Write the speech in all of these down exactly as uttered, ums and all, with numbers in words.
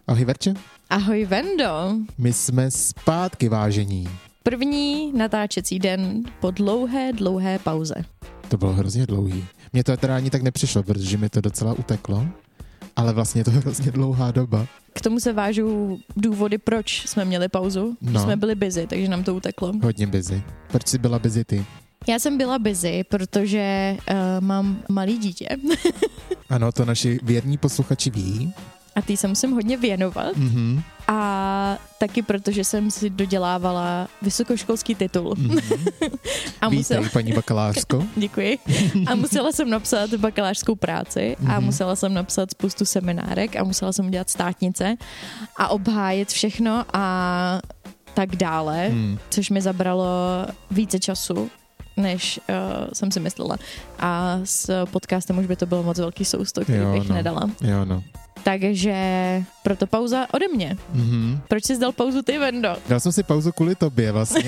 Ahoj Verče. Ahoj Vendo. My jsme zpátky, vážení. První natáčecí den po dlouhé, dlouhé pauze. To bylo hrozně dlouhý. Mně to teda ani tak nepřišlo, protože mi to docela uteklo, ale vlastně je to hrozně dlouhá doba. K tomu se vážou důvody, proč jsme měli pauzu. No. Jsme byli busy, takže nám to uteklo. Hodně busy. Proč jsi byla busy ty? Já jsem byla busy, protože uh, mám malý dítě. Ano, to naši věrní posluchači ví. A ty se musím hodně věnovat. Mm-hmm. A taky protože jsem si dodělávala vysokoškolský titul. Mm-hmm. a musela... Vítej, paní bakalářko. Děkuji. A musela jsem napsat bakalářskou práci mm-hmm. a musela jsem napsat spoustu seminárek a musela jsem udělat státnice a obhájit všechno a tak dále, mm. což mi zabralo více času, než uh, jsem si myslela. A s podcastem už by to bylo moc velký sousto, který jo, bych no. nedala. Jo, no. Takže proto pauza ode mě. Mm-hmm. Proč jsi dal pauzu ty, Vendo? Dal jsem si pauzu kvůli tobě vlastně.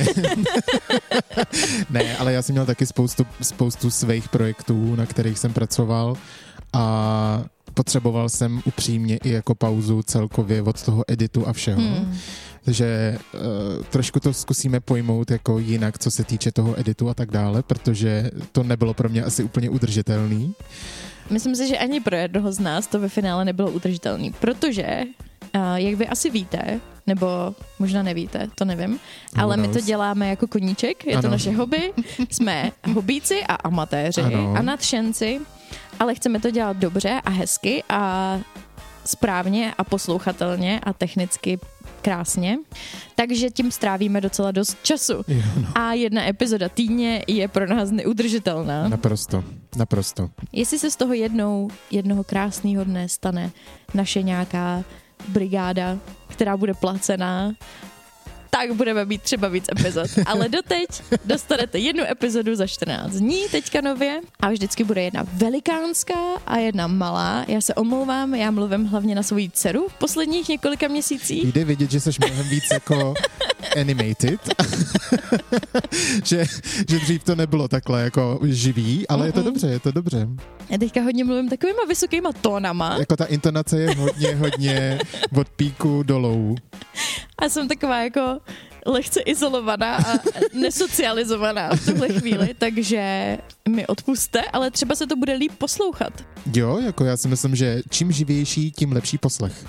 Ne, ale já jsem měl taky spoustu, spoustu svých projektů, na kterých jsem pracoval a potřeboval jsem upřímně i jako pauzu celkově od toho editu a všeho. Hmm. Takže uh, trošku to zkusíme pojmout jako jinak, co se týče toho editu a tak dále, protože to nebylo pro mě asi úplně udržitelný. Myslím si, že ani pro jednoho z nás to ve finále nebylo udržitelné, protože, uh, jak vy asi víte, nebo možná nevíte, to nevím, ale my to děláme jako koníček, je ano. to naše hobby, jsme hobíci a amatéři ano. a nadšenci, ale chceme to dělat dobře a hezky a správně a poslouchatelně a technicky krásně, takže tím strávíme docela dost času. Jo, no. A jedna epizoda týdně je pro nás neudržitelná. Naprosto, naprosto. Jestli se z toho jednou, jednoho krásného dne stane naše nějaká brigáda, která bude placená, tak budeme mít třeba víc epizod. Ale doteď dostanete jednu epizodu za čtrnáct dní teďka nově a vždycky bude jedna velikánská a jedna malá. Já se omlouvám, já mluvím hlavně na svou dceru v posledních několika měsících. Jde vidět, že jsi mnohem víc jako animated. že, že dřív to nebylo takhle jako živý, ale Mm-mm. je to dobře, je to dobře. Já teďka hodně mluvím takovýma vysokýma tónama. Jako ta intonace je hodně, hodně od píku dolů. A jsem taková jako lehce izolovaná a nesocializovaná v tuhle chvíli, takže mi odpuste, ale třeba se to bude líp poslouchat. Jo, jako já si myslím, že čím živější, tím lepší poslech.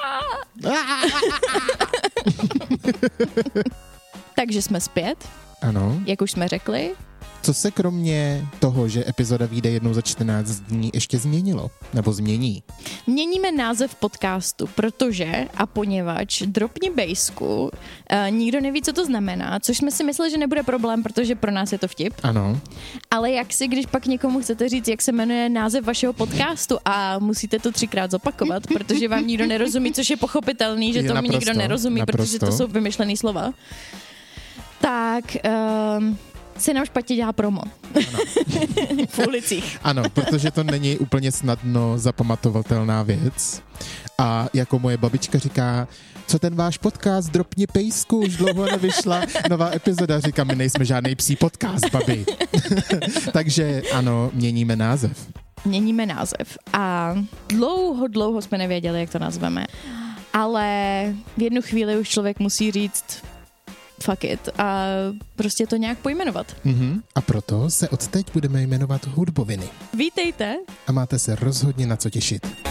Takže jsme zpět. Ano. Jak už jsme řekli. Co se kromě toho, že epizoda vyjde jednou za čtrnáct dní, ještě změnilo? Nebo změní? Měníme název podcastu, protože a poněvadž dropni bejsku, uh, nikdo neví, co to znamená, což jsme si mysleli, že nebude problém, protože pro nás je to vtip. Ano. Ale jak si, když pak někomu chcete říct, jak se jmenuje název vašeho podcastu a musíte to třikrát zopakovat, protože vám nikdo nerozumí, což je pochopitelný, že je to naprosto, nikdo nerozumí, naprosto. protože to jsou vymyšlený slova. Tak... Uh, se nám špatně dělá promo. Ano. V ulicích. Ano, protože to není úplně snadno zapamatovatelná věc. A jako moje babička říká, co ten váš podcast, dropni pejsku, už dlouho nevyšla nová epizoda. Říkám, my nejsme žádný psí podcast, babi. Takže ano, měníme název. Měníme název. A dlouho, dlouho jsme nevěděli, jak to nazveme. Ale v jednu chvíli už člověk musí říct fuck it a prostě to nějak pojmenovat. Mm-hmm. A proto se odteď budeme jmenovat Hudboviny. Vítejte. A máte se rozhodně na co těšit.